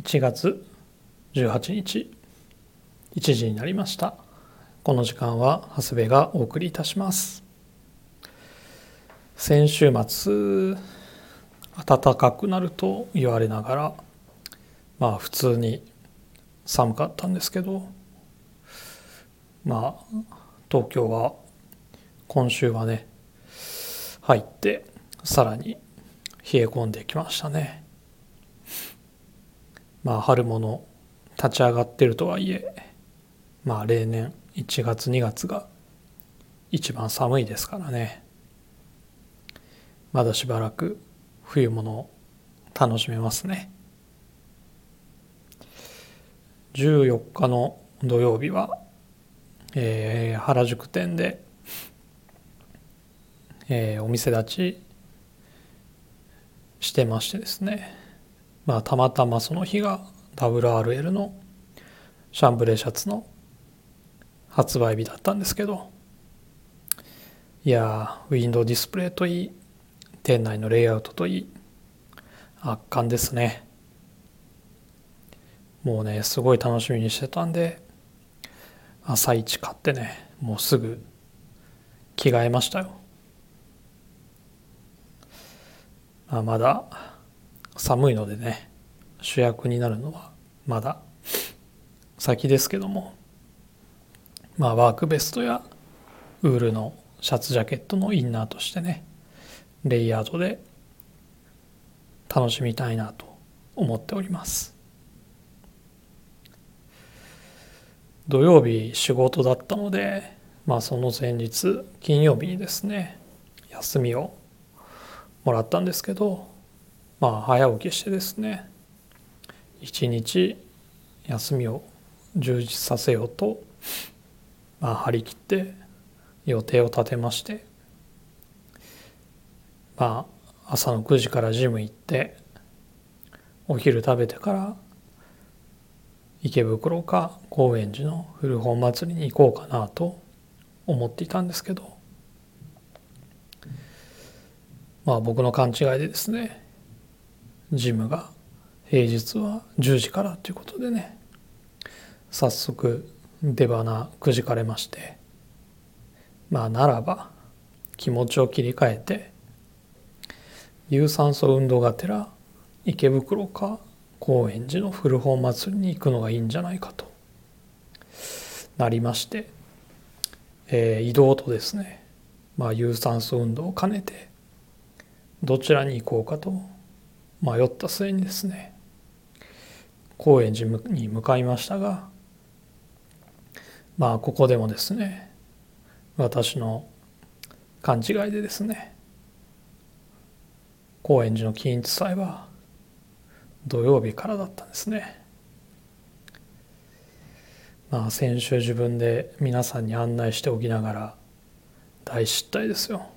1月18日1時になりました。この時間は長谷部がお送りいたします。先週末暖かくなると言われながら普通に寒かったんですけど、東京は今週はね入ってさらに冷え込んできましたね。春物立ち上がってるとはいえ例年1月2月が一番寒いですからね。まだしばらく冬物を楽しめますね。14日の土曜日は、原宿店で、お店立ちしてましてですね、たまたまその日が WRL のシャンブレーシャツの発売日だったんですけど、ウィンドウディスプレイといい、店内のレイアウトといい、圧巻ですね。もうねすごい楽しみにしてたんで、朝一買ってね、もうすぐ着替えましたよ。まだ寒いのでね、主役になるのはまだ先ですけども、ワークベストやウールのシャツジャケットのインナーとしてね、レイヤードで楽しみたいなと思っております。土曜日仕事だったので、その前日金曜日にですね休みをもらったんですけど、早起きしてですね一日休みを充実させようと、張り切って予定を立てまして、朝の9時からジム行ってお昼食べてから池袋か高円寺の古本祭りに行こうかなと思っていたんですけど、僕の勘違いでですね、ジムが平日は10時からということでね、早速出花くじかれまして、ならば気持ちを切り替えて有酸素運動がてら池袋か高円寺の古本祭りに行くのがいいんじゃないかとなりまして、移動とですね、有酸素運動を兼ねてどちらに行こうかと迷った末にですね、高円寺に向かいましたが、ここでもですね私の勘違いでですね、高円寺の金一祭は土曜日からだったんですね。先週自分で皆さんに案内しておきながら大失態ですよ。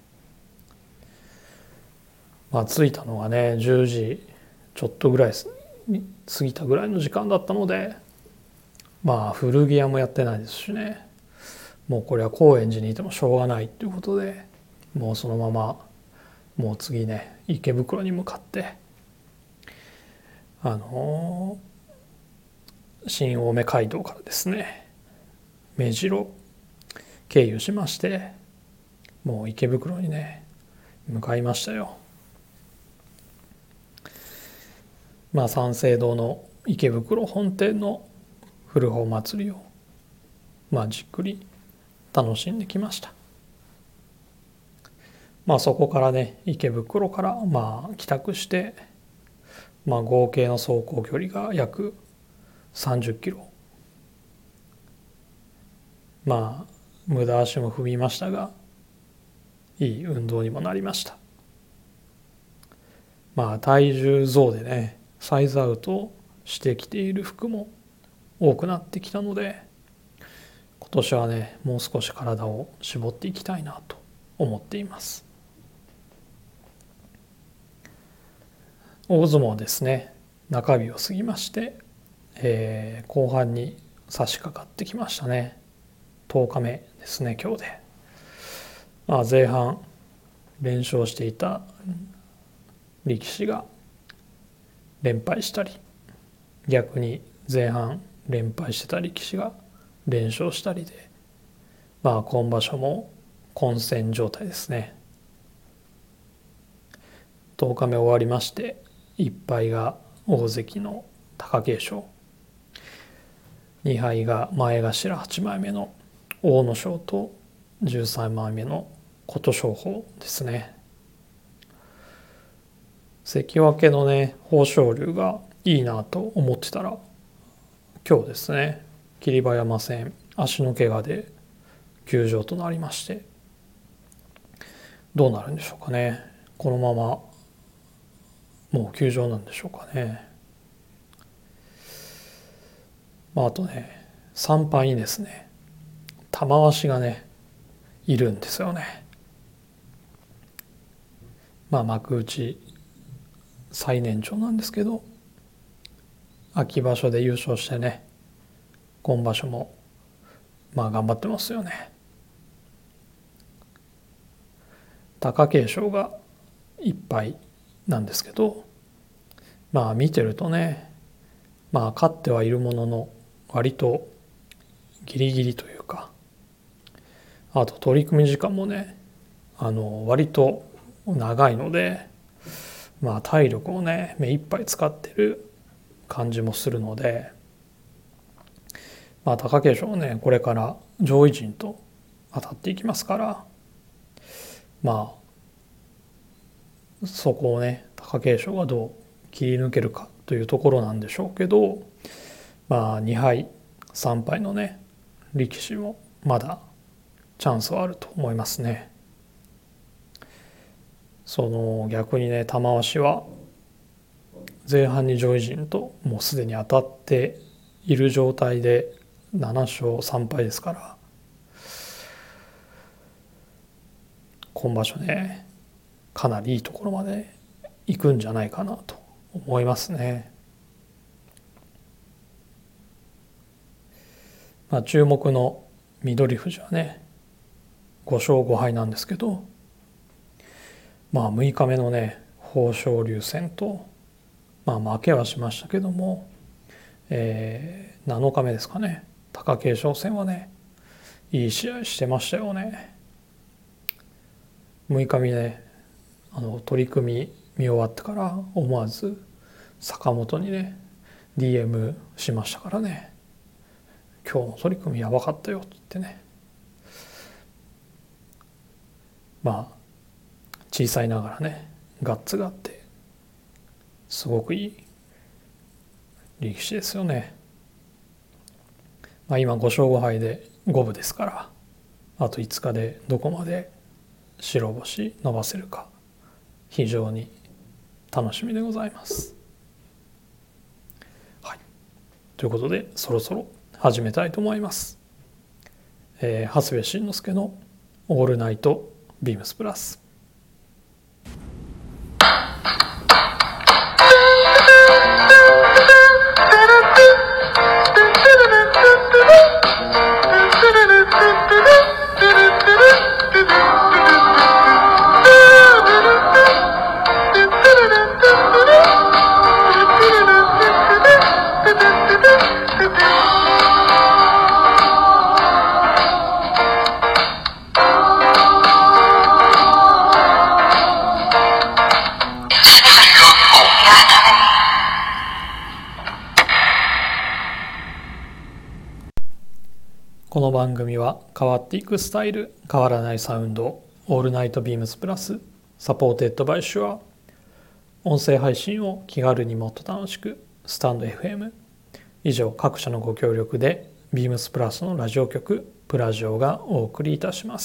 着いたのがね10時ちょっとぐらい過ぎたぐらいの時間だったので、古着屋もやってないですしね、もうこれは高円寺にいてもしょうがないということで、もうそのままもう次ね池袋に向かって新青梅街道からですね目白経由しまして、もう池袋にね向かいましたよ。三省堂の池袋本店の古本祭りをじっくり楽しんできました。そこからね池袋から帰宅して、合計の走行距離が約30キロ、無駄足も踏みましたがいい運動にもなりました。体重増でねサイズアウトしてきている服も多くなってきたので、今年はねもう少し体を絞っていきたいなと思っています。大相撲ですね、中日を過ぎまして、後半に差し掛かってきましたね。10日目ですね今日で。前半連勝していた力士が連敗したり、 逆に前半連敗してた力士が連勝したりで、今場所も混戦状態ですね。10日目終わりまして、1敗が大関の貴景勝、2敗が前頭8枚目の阿武咲と13枚目の琴勝峰ですね。関脇のね豊昇龍がいいなと思ってたら、今日ですね霧馬山戦足の怪我で休場となりまして、どうなるんでしょうかね。このままもう休場なんでしょうかね。あとね、3敗にですね玉鷲がねいるんですよね。幕内最年長なんですけど、秋場所で優勝してね、今場所も頑張ってますよね。貴景勝が1敗なんですけど、見てるとね、勝ってはいるものの割とギリギリというか、あと取り組み時間もね割と長いので、体力をね目いっぱい使ってる感じもするので、貴景勝はねこれから上位陣と当たっていきますから、そこをね貴景勝がどう切り抜けるかというところなんでしょうけど、2敗3敗のね力士もまだチャンスはあると思いますね。逆にね玉鷲は前半に上位陣ともうすでに当たっている状態で7勝3敗ですから、今場所ねかなりいいところまで行くんじゃないかなと思いますね。注目の翠富士はね5勝5敗なんですけど、6日目のね豊昇龍戦と、負けはしましたけども、7日目ですかね貴景勝戦はねいい試合してましたよね。6日目ね取り組み見終わってから思わず坂本にね DM しましたからね、今日の取り組みやばかったよって言ってね、小さいながらねガッツがあってすごくいい力士ですよね。今5勝5敗で五分ですから、あと5日でどこまで白星伸ばせるか非常に楽しみでございます。ということでそろそろ始めたいと思います。長谷部慎之介のオールナイトビームスプラス。この番組は変わっていくスタイル、変わらないサウンド、オールナイトビームスプラス、サポーテッドバイシュア、音声配信を気軽にもっと楽しく、スタンド FM、以上各社のご協力でビームスプラスのラジオ局プラジオがお送りいたします。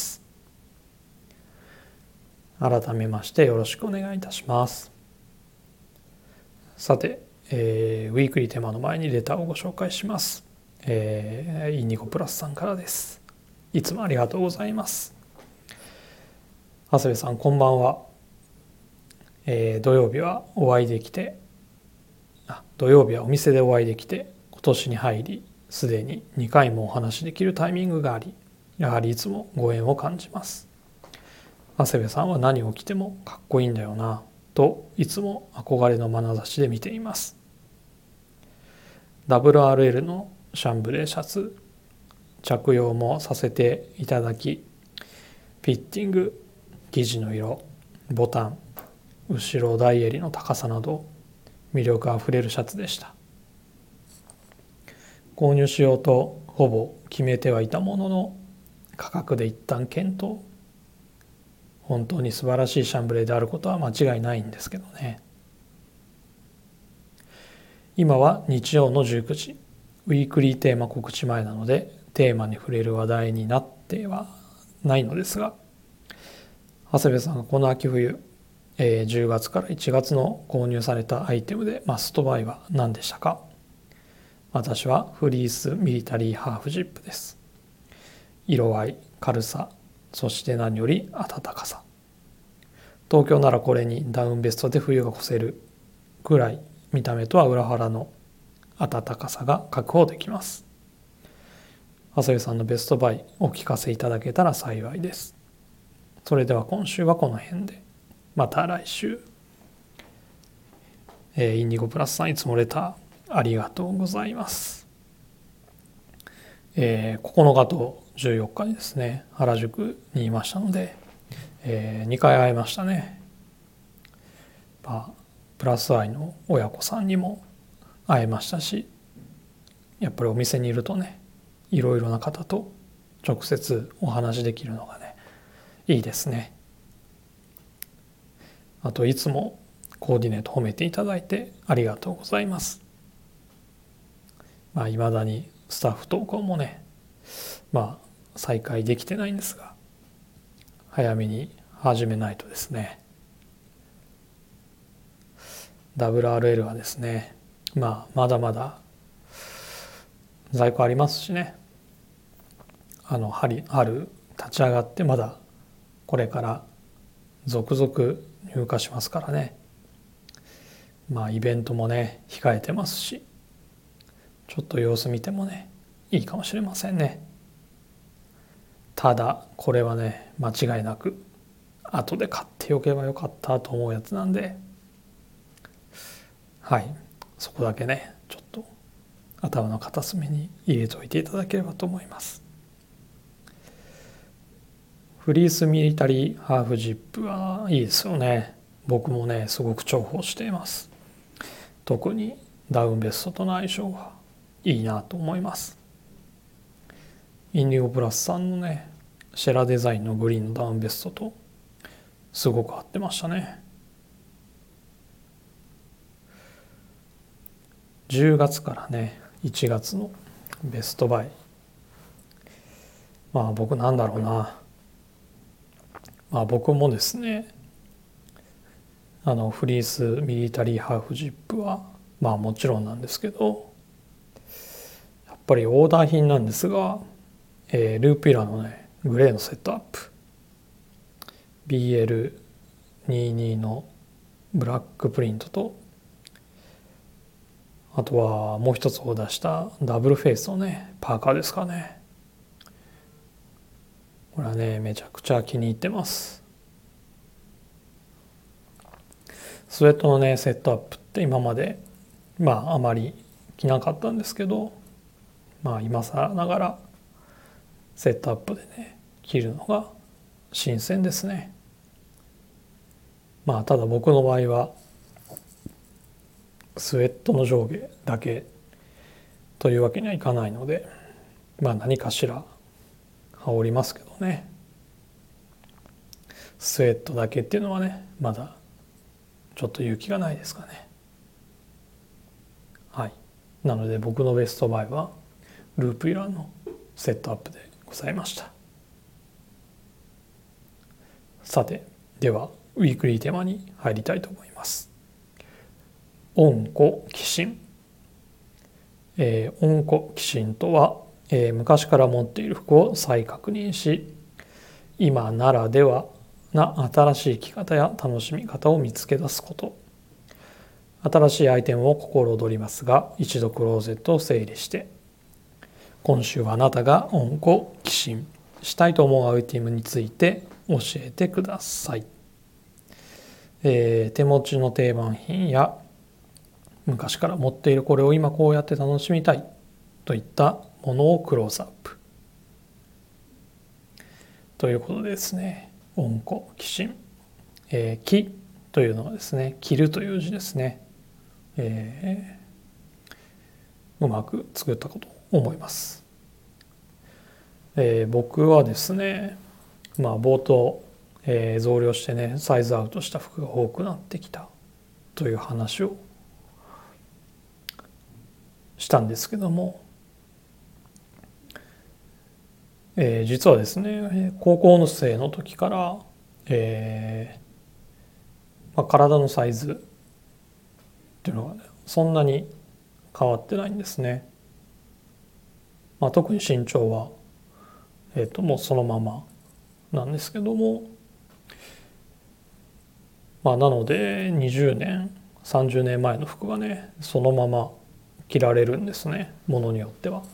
改めましてよろしくお願いいたします。さて、ウィークリーテーマの前にレターをご紹介します。インニコプラスさんからです。いつもありがとうございます。長谷部さんこんばんは。土曜日はお店でお会いできて、今年に入りすでに2回もお話しできるタイミングがあり、やはりいつもご縁を感じます。長谷部さんは何を着てもかっこいいんだよなといつも憧れの眼差しで見ています。 WRL のシャンブレーシャツ着用もさせていただき、フィッティング、生地の色、ボタン、後ろ大襟の高さなど魅力あふれるシャツでした。購入しようとほぼ決めてはいたものの、価格で一旦検討。本当に素晴らしいシャンブレーであることは間違いないんですけどね。今は日曜の19時、ウィークリーテーマ告知前なのでテーマに触れる話題になってはないのですが、長谷部さんがこの秋冬、10月から1月の購入されたアイテムでマストバイは何でしたか？私はフリースミリタリーハーフジップです。色合い、軽さ、そして何より暖かさ。東京ならこれにダウンベストで冬が越せるくらい見た目とは裏腹の暖かさが確保できます。長谷部さんのベストバイお聞かせいただけたら幸いです。それでは今週はこの辺で。また来週。インディゴプラスさんいつもレターありがとうございます。9日と14日にですね、原宿にいましたので、2回会えましたね。プラス愛の親子さんにも会えましたし、やっぱりお店にいるとね、いろいろな方と直接お話できるのがね、いいですね。あといつもコーディネート褒めていただいてありがとうございます。未だにスタッフ投稿もね、再開できてないんですが、早めに始めないとですね。WRL はですね、まだまだ在庫ありますしね、春立ち上がってまだこれから続々入荷しますからね。イベントもね控えてますし、ちょっと様子見てもねいいかもしれませんね。ただこれはね間違いなく後で買っておけばよかったと思うやつなんで、そこだけねちょっと頭の片隅に入れておいていただければと思います。フリースミリタリーハーフジップはいいですよね。僕もねすごく重宝しています。特にダウンベストとの相性がいいなと思います。インディゴプラスさんのねシェラデザインのグリーンのダウンベストとすごく合ってましたね。10月からね1月のベストバイ、僕なんだろうな、僕もですねフリースミリタリーハーフジップはもちろんなんですけど、やっぱりオーダー品なんですが、ループイラーのねグレーのセットアップ BL22 のブラックプリントと、あとはもう一つオーダーしたダブルフェイスのねパーカーですかね。これはねめちゃくちゃ気に入ってます。スウェットのねセットアップって今まであまり着なかったんですけど、今更ながらセットアップでね着るのが新鮮ですね。ただ僕の場合はスウェットの上下だけというわけにはいかないので、何かしら羽織りますけどね。スウェットだけっていうのはねまだちょっと勇気がないですかね。なので僕のベストバイはループイラーのセットアップでございました。さてではウィークリーテーマに入りたいと思います。温故寄進。温故寄進とは、昔から持っている服を再確認し、今ならではな新しい着方や楽しみ方を見つけ出すこと。新しいアイテムを心躍りますが、一度クローゼットを整理して、今週はあなたが温故寄進したいと思うアイテムについて教えてください。手持ちの定番品や昔から持っているこれを今こうやって楽しみたいといったものをクローズアップということでですね、温故寄進、木というのはですね、着るという字ですね、うまく作ったことを思います。僕はですね、冒頭、増量してねサイズアウトした服が多くなってきたという話をしたんですけども、実はですね高校の生の時から、体のサイズっていうのが、ね、そんなに変わってないんですね。特に身長は、もうそのままなんですけども、なので20年30年前の服がねそのまま着られるんですね、ものによっては。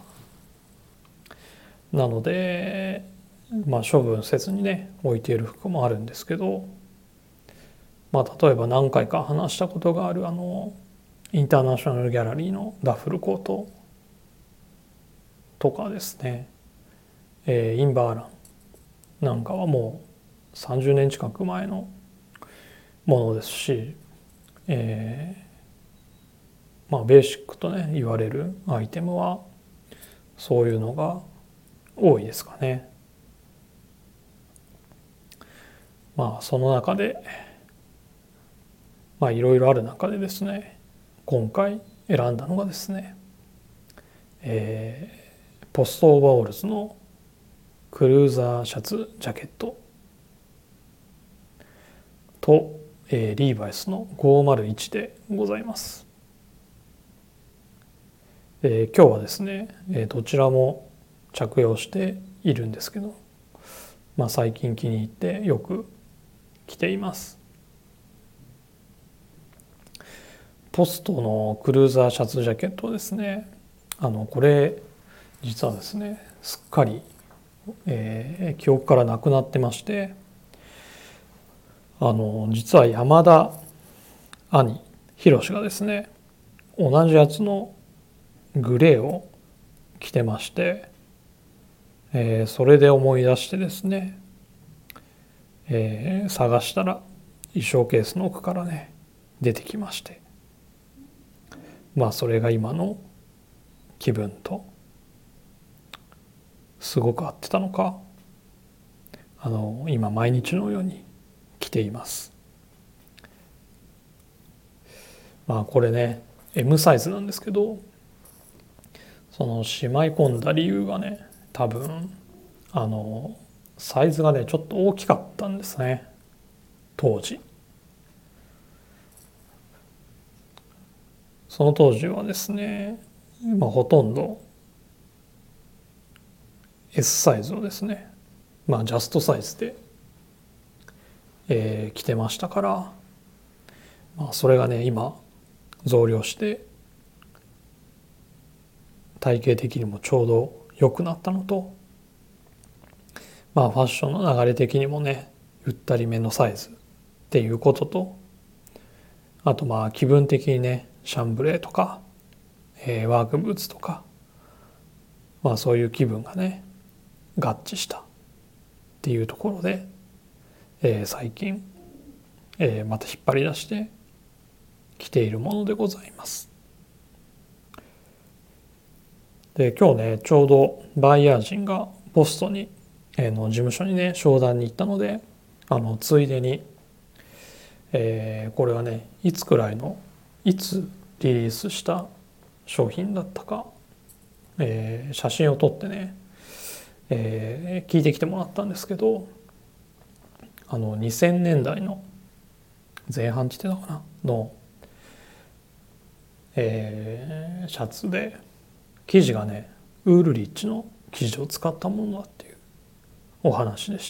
なので処分せずにね置いている服もあるんですけど、例えば何回か話したことがあるインターナショナルギャラリーのダッフルコートとかですね、インバーランなんかはもう30年近く前のものですし、ベーシックとね言われるアイテムはそういうのが多いですかね。その中でいろいろある中でですね、今回選んだのがですね、ポストオーバーオールズのクルーザーシャツジャケットと、リーバイスの501でございます。今日はですね、どちらも着用しているんですけど、最近気に入ってよく着ています。ポストのクルーザーシャツジャケットですね、これ実はですねすっかり、記憶からなくなってまして、実は山田兄ひろしがですね同じやつのグレーを着てまして、それで思い出してですね、探したら衣装ケースの奥からね出てきまして、それが今の気分とすごく合ってたのか、今毎日のように着ています。これね M サイズなんですけど、そのしまい込んだ理由がね多分サイズがねちょっと大きかったんですね当時。その当時はですね、ほとんど S サイズをですねジャストサイズで、着てましたから、それがね今増量して体型的にもちょうど良くなったのと、ファッションの流れ的にもねゆったりめのサイズっていうことと、あと気分的にねシャンブレーとか、ワークブーツとか、そういう気分がね合致したっていうところで、最近、また引っ張り出して着ているものでございます。で今日ねちょうどバイヤー人がポストに、の事務所にね商談に行ったので、ついでに、これはねいつリリースした商品だったか、写真を撮ってね、聞いてきてもらったんですけど、2000年代の前半って言ってたかなの、シャツで生地がねウールリッチの生地を使ったものだっていうお話でした。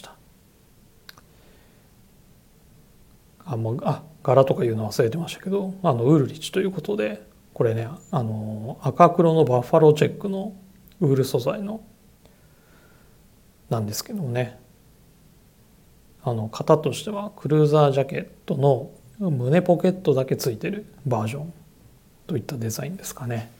柄とかいうの忘れてましたけど、ウールリッチということで、これね赤黒のバッファローチェックのウール素材のなんですけどもね、型としてはクルーザージャケットの胸ポケットだけついてるバージョンといったデザインですかね。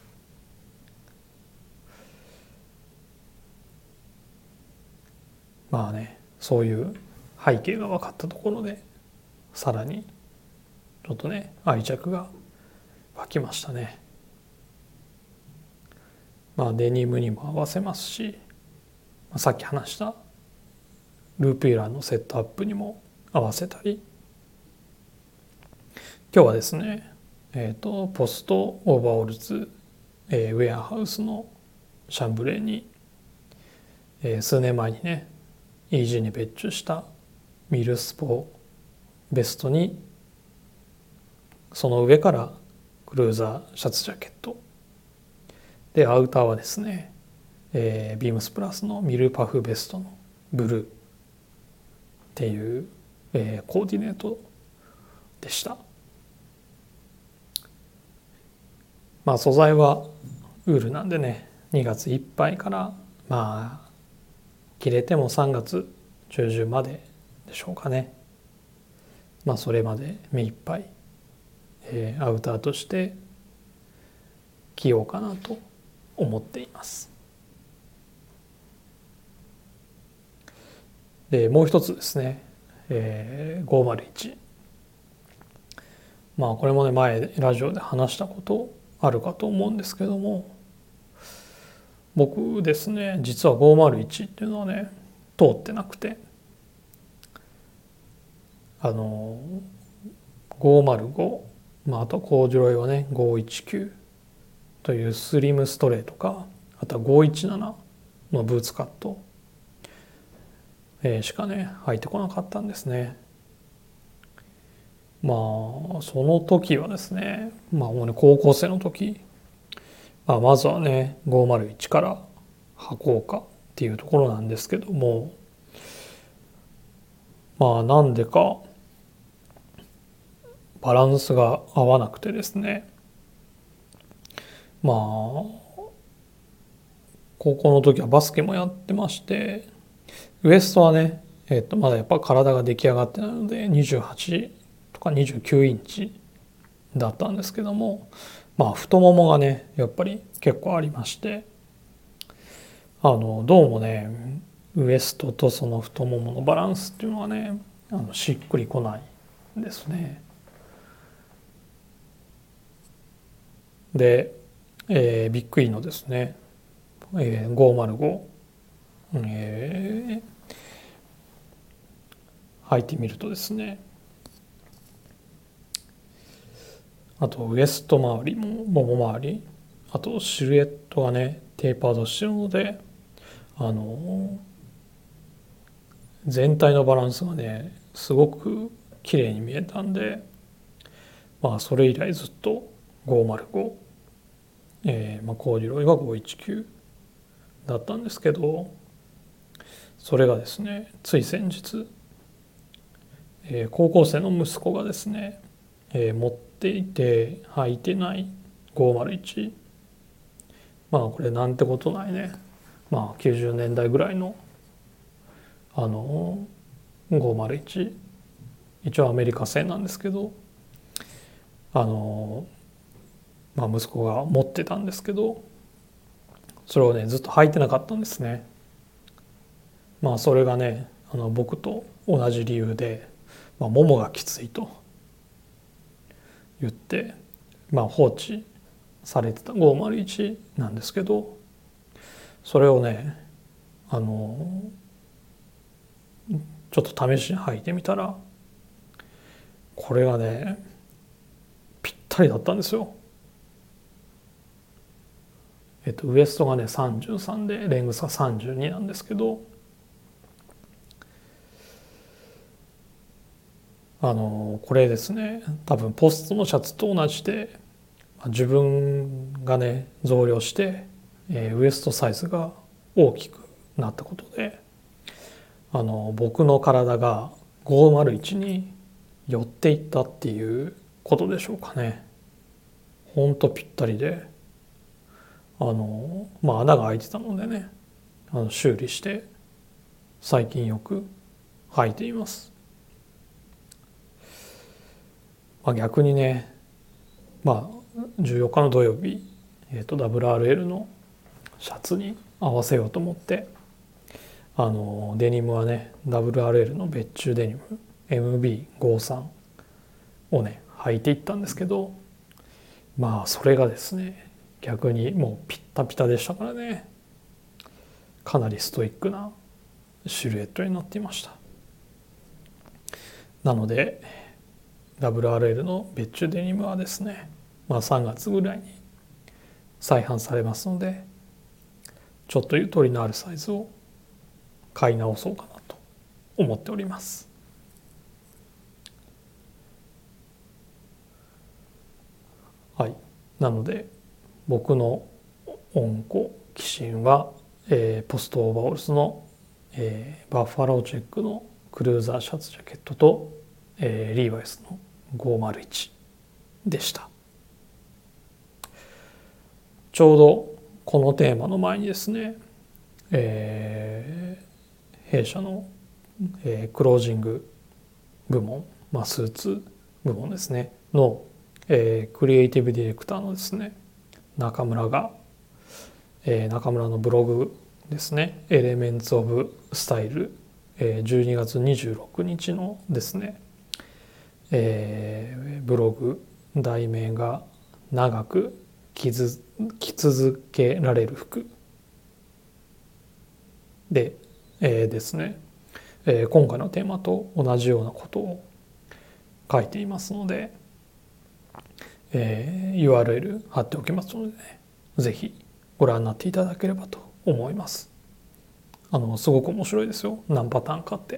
まあね、そういう背景が分かったところでさらにちょっとね愛着が湧きましたね。まあデニムにも合わせますし、さっき話したループイラーのセットアップにも合わせたり、今日はですね、ポストオーバーオールズ、ウェアハウスのシャンブレーに、数年前にね EG に別注したミルスポベストにその上からクルーザーシャツジャケットで、アウターはですね、ビームスプラスのミルパフベストのブルーっていう、コーディネートでした。まあ素材はウールなんでね、2月いっぱいからまあ切れても3月中旬まででしょうかね。まあそれまで目いっぱい、アウターとして着ようかなと思っています。でもう一つですね、501、まあこれもね前ラジオで話したことあるかと思うんですけども、僕ですね実は501っていうのはね通ってなくて、505、まあ、あとコーデュロイはね519というスリムストレートか、あとは517のブーツカット、しかね履いてこなかったんですね。まあその時はですね、まあもうね高校生の時、まあ、まずはね501から履こうかっていうところなんですけども、まあなんでかバランスが合わなくてですね、まあ高校の時はバスケもやってまして、ウエストはね、まだやっぱ体が出来上がってないので28とか29インチだったんですけども、まあ太ももがねやっぱり結構ありまして、どうもねウエストとその太もものバランスっていうのはねしっくりこないんですね。で、ビッグイのですね、505、履いてみるとですね、あとウエスト周りももも周り、あとシルエットがねテーパードしてるので、全体のバランスがねすごく綺麗に見えたんで、まあそれ以来ずっと505、まあ、コーデュロイは519だったんですけど、それがですねつい先日、高校生の息子がですね、持っていて履いてない501、まあこれなんてことないね、まあ90年代ぐらいの501、一応アメリカ製なんですけど、まあ息子が持ってたんですけど、それをねずっと履いてなかったんですね。まあそれがね僕と同じ理由で、まあ、ももがきついと言って、まあ、放置されてた501なんですけど、それをねちょっと試しに履いてみたら、これがねぴったりだったんですよ。ウエストがね33でレングスが32なんですけど、これですね多分ポストのシャツと同じで、自分がね増量して、ウエストサイズが大きくなったことで、僕の体が501に寄っていったっていうことでしょうかね。ほんとぴったりで、まあ穴が開いてたのでね修理して最近よく履いています。まあ、逆にね、まあ 14日の土曜日、WRL のシャツに合わせようと思ってデニムはね WRL の別注デニム MB53 をね履いていったんですけど、まあそれがですね逆にもうピッタピタでしたからね、かなりストイックなシルエットになっていました。なので WRL の別注デニムはですね、3月ぐらいに再販されますので、ちょっとゆとりのあるサイズを買い直そうかなと思っております。はい、なので僕の温故寄進は、ポストオーバーオールズの、バッファローチェックのクルーザーシャツジャケットと、リーバイスの501でした。ちょうどこのテーマの前にですね、弊社の、クロージング部門、スーツ部門ですねの、クリエイティブディレクターのですね中村が、中村のブログですねエレメンツオブスタイル、12月26日のですね、ブログ題名が長く着続けられる服で、ですね、今回のテーマと同じようなことを書いていますので、URL 貼っておきますのでね、ぜひご覧になっていただければと思います。すごく面白いですよ、何パターンかって。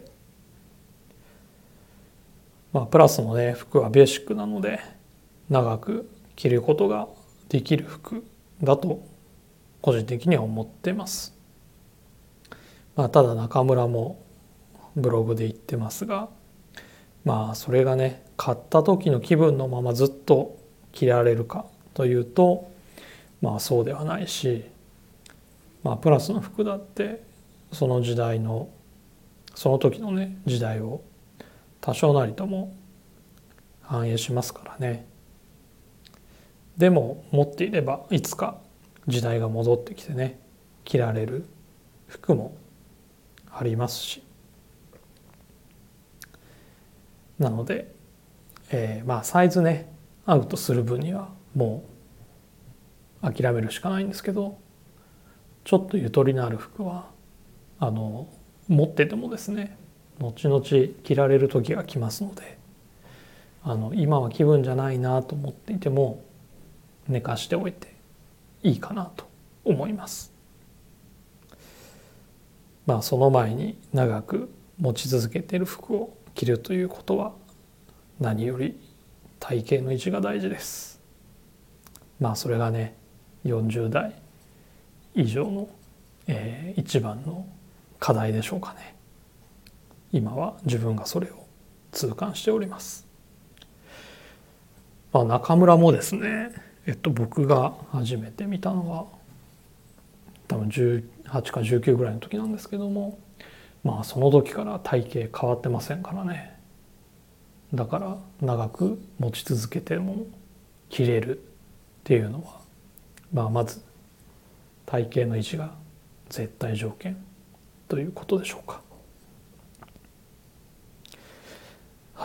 プラスのね服はベーシックなので長く着ることができる服だと個人的には思ってます。ただ中村もブログで言ってますが、それがね買った時の気分のままずっと着られるかというとそうではないし、プラスの服だってその時代のその時のね時代を多少なりとも反映しますからね。でも持っていればいつか時代が戻ってきてね着られる服もありますし、なので、サイズねアウトする分にはもう諦めるしかないんですけど、ちょっとゆとりのある服は持っててもですね後々着られる時が来ますので、今は気分じゃないなと思っていても寝かしておいていいかなと思います。その前に長く持ち続けている服を着るということは何より体型の維持が大事です。それがね40代以上の、一番の課題でしょうかね。今は自分がそれを痛感しております。中村もですね、僕が初めて見たのは多分18か19ぐらいの時なんですけども、その時から体型変わってませんからね。だから長く持ち続けても着れるっていうのは、まず体型の維持が絶対条件ということでしょうか。はい。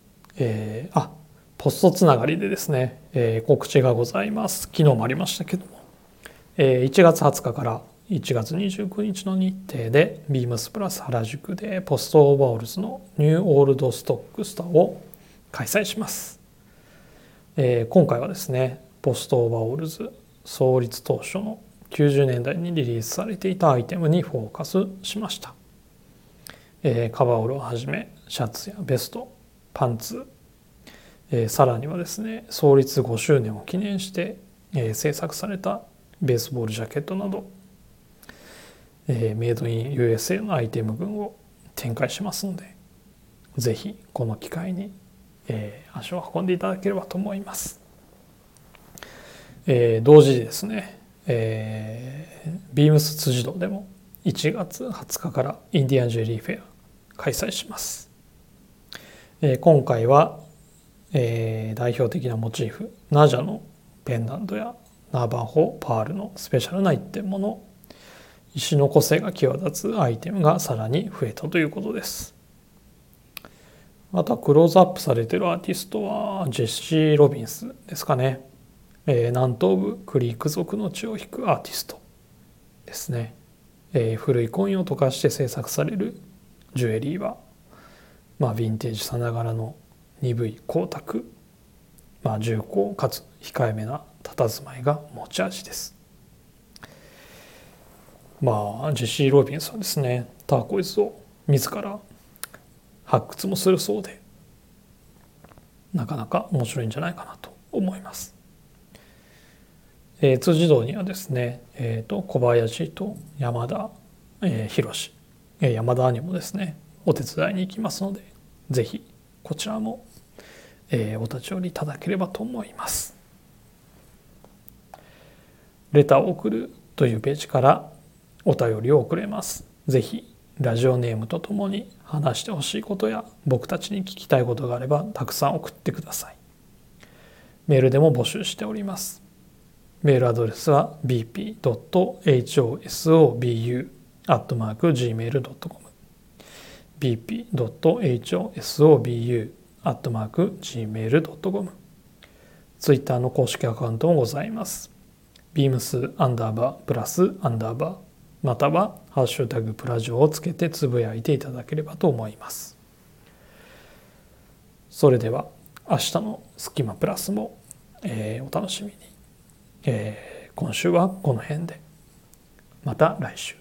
ポストつながりでですね、告知がございます。昨日もありましたけども、1月20日から1月29日の日程でビームスプラス原宿でポストオーバーオールズのニューオールドストックスターを開催します。今回はですねポストオーバーオールズ創立当初の90年代にリリースされていたアイテムにフォーカスしました。カバーオールをはじめシャツやベスト、パンツ、さらにはですね創立5周年を記念して、制作されたベースボールジャケットなど、メイドイン USA のアイテム群を展開しますので、ぜひこの機会に、足を運んでいただければと思います。同時にですね、ビームス辻堂でも1月20日からインディアンジュエリーフェア開催します。今回は、代表的なモチーフナジャのペンダントやナーバンホパールのスペシャルな一点物、石の個性が際立つアイテムがさらに増えたということです。またクローズアップされているアーティストはジェシー・ロビンスですかね。南東部クリーク族の血を引くアーティストですね。古いコインを溶かして制作されるジュエリーは、ヴィンテージさながらの鈍い光沢、重厚かつ控えめな佇まいが持ち味です。ジェシー・ロビンスはですね、ターコイズを自ら発掘もするそうで、なかなか面白いんじゃないかなと思います。辻堂にはですね、小林と山田博士、山田兄もですねお手伝いに行きますので、ぜひこちらもお立ち寄りいただければと思います。レターを送るというページからお便りを送れます。ぜひラジオネームとともに話してほしいことや僕たちに聞きたいことがあればたくさん送ってください。メールでも募集しております。メールアドレスは bp.hosobu@gmail.com bp.hosobu@gmail.com ツイッターの公式アカウントもございます。beams_+_ またはハッシュタグプラジオをつけてつぶやいていただければと思います。それでは明日のスキマプラスも、お楽しみに。今週はこの辺で。また来週。